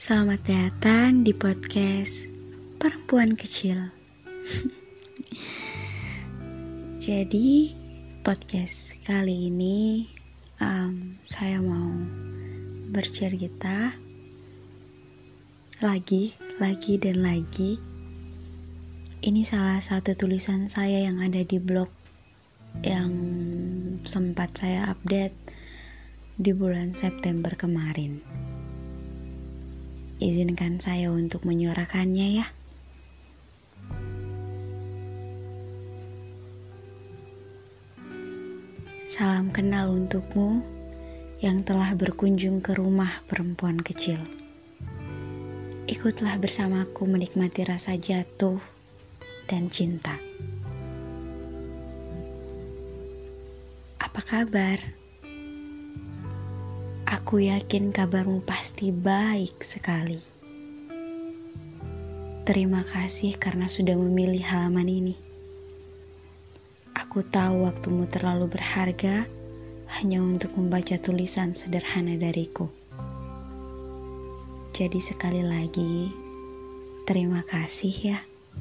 Selamat datang di podcast Perempuan Kecil. Jadi podcast kali ini saya mau bercerita lagi dan lagi. Ini salah satu tulisan saya yang ada di blog yang sempat saya update di bulan September kemarin. Izinkan saya untuk menyuarakannya ya. Salam kenal untukmu yang telah berkunjung ke rumah perempuan kecil. Ikutlah bersamaku menikmati rasa jatuh dan cinta. Apa kabar? Aku yakin kabarmu pasti baik sekali. Terima kasih karena sudah memilih halaman ini. Aku tahu waktumu terlalu berharga hanya untuk membaca tulisan sederhana dariku. Jadi sekali lagi, terima kasih ya.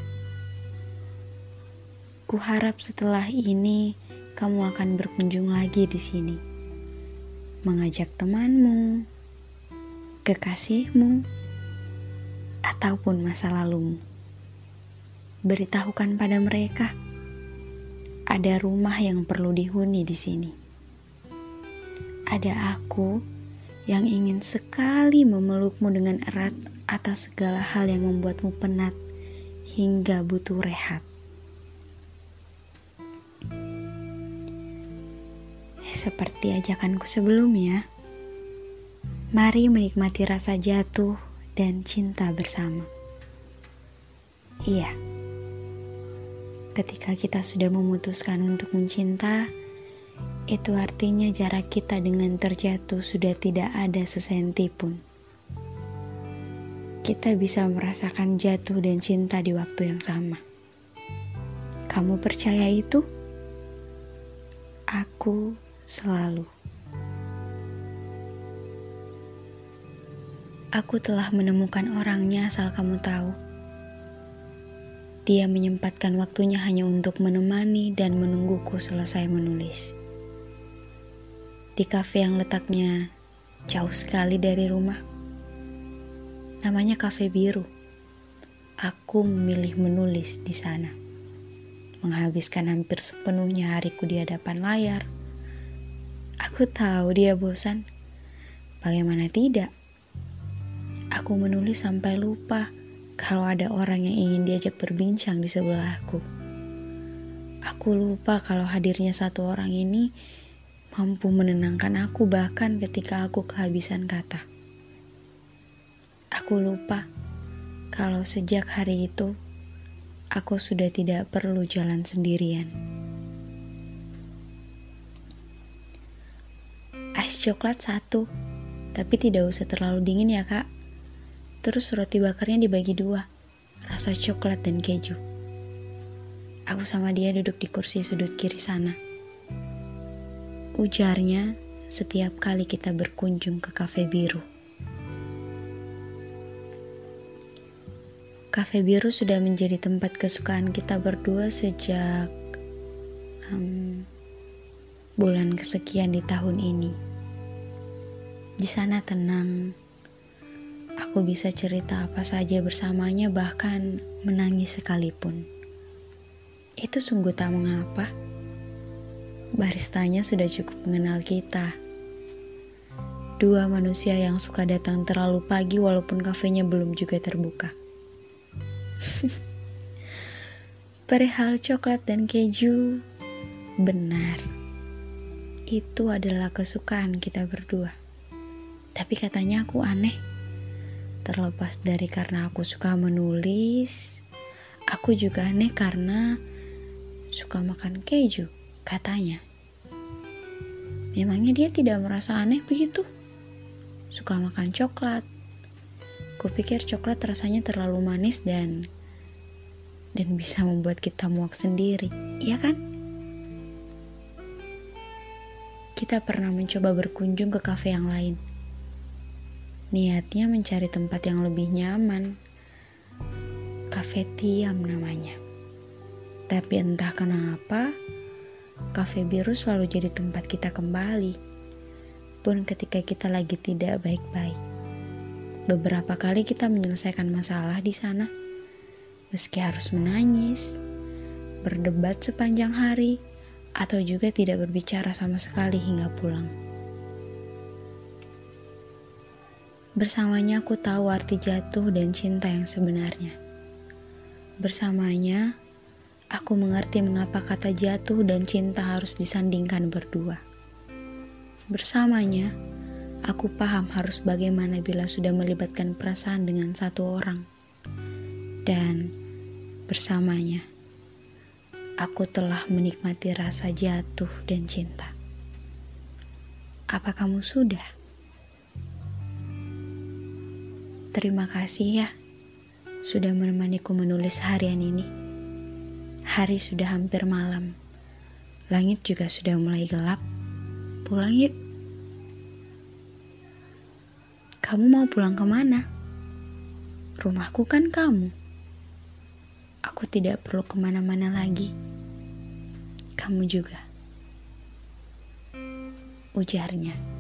Kuharap setelah ini kamu akan berkunjung lagi di sini. Mengajak temanmu, kekasihmu, ataupun masa lalumu. Beritahukan pada mereka, ada rumah yang perlu dihuni di sini. Ada aku yang ingin sekali memelukmu dengan erat atas segala hal yang membuatmu penat hingga butuh rehat. Seperti ajakanku sebelumnya, mari menikmati rasa jatuh dan cinta bersama. Iya, ketika kita sudah memutuskan untuk mencinta, itu artinya jarak kita dengan terjatuh sudah tidak ada sesenti pun. Kita bisa merasakan jatuh dan cinta di waktu yang sama. Kamu percaya itu? Aku selalu. Aku telah menemukan orangnya asal kamu tahu. Dia menyempatkan waktunya hanya untuk menemani dan menungguku selesai menulis. Di kafe yang letaknya jauh sekali dari rumah. Namanya Kafe Biru. Aku memilih menulis di sana. Menghabiskan hampir sepenuhnya hariku di hadapan layar. Aku tahu dia bosan. Bagaimana tidak? Aku menulis sampai lupa kalau ada orang yang ingin diajak berbincang di sebelahku. Aku lupa kalau hadirnya satu orang ini mampu menenangkan aku bahkan ketika aku kehabisan kata. Aku lupa kalau sejak hari itu aku sudah tidak perlu jalan sendirian. Es coklat 1, tapi tidak usah terlalu dingin ya kak. Terus roti bakarnya dibagi 2, rasa coklat dan keju. Aku sama dia duduk di kursi sudut kiri sana. Ujarnya setiap kali kita berkunjung ke Kafe Biru. Kafe Biru sudah menjadi tempat kesukaan kita berdua sejak bulan kesekian di tahun ini. Di sana tenang. Aku bisa cerita apa saja bersamanya, bahkan menangis sekalipun. Itu sungguh tak mengapa. Baristanya sudah cukup mengenal kita. 2 manusia yang suka datang terlalu pagi walaupun kafenya belum juga terbuka. Perihal coklat dan keju, benar. Itu adalah kesukaan kita berdua. Tapi katanya aku aneh. Terlepas dari karena aku suka menulis, aku juga aneh karena suka makan keju, katanya. Memangnya dia tidak merasa aneh begitu? Suka makan coklat. Kupikir coklat rasanya terlalu manis dan bisa membuat kita muak sendiri, iya kan? Kita pernah mencoba berkunjung ke kafe yang lain. Niatnya mencari tempat yang lebih nyaman. Kafe Tiam namanya. Tapi entah kenapa, kafe biru selalu jadi tempat kita kembali. Pun ketika kita lagi tidak baik-baik. Beberapa kali kita menyelesaikan masalah di sana. Meski harus menangis, berdebat sepanjang hari, atau juga tidak berbicara sama sekali hingga pulang. Bersamanya aku tahu arti jatuh dan cinta yang sebenarnya. Bersamanya, aku mengerti mengapa kata jatuh dan cinta harus disandingkan berdua. Bersamanya, aku paham harus bagaimana bila sudah melibatkan perasaan dengan satu orang. Dan bersamanya, aku telah menikmati rasa jatuh dan cinta. Apa kamu sudah? Terima kasih ya, sudah menemaniku menulis harian ini. Hari sudah hampir malam. Langit juga sudah mulai gelap. Pulang yuk. Kamu mau pulang kemana? Rumahku kan kamu. Aku tidak perlu kemana-mana lagi. Kamu juga. Ujarnya.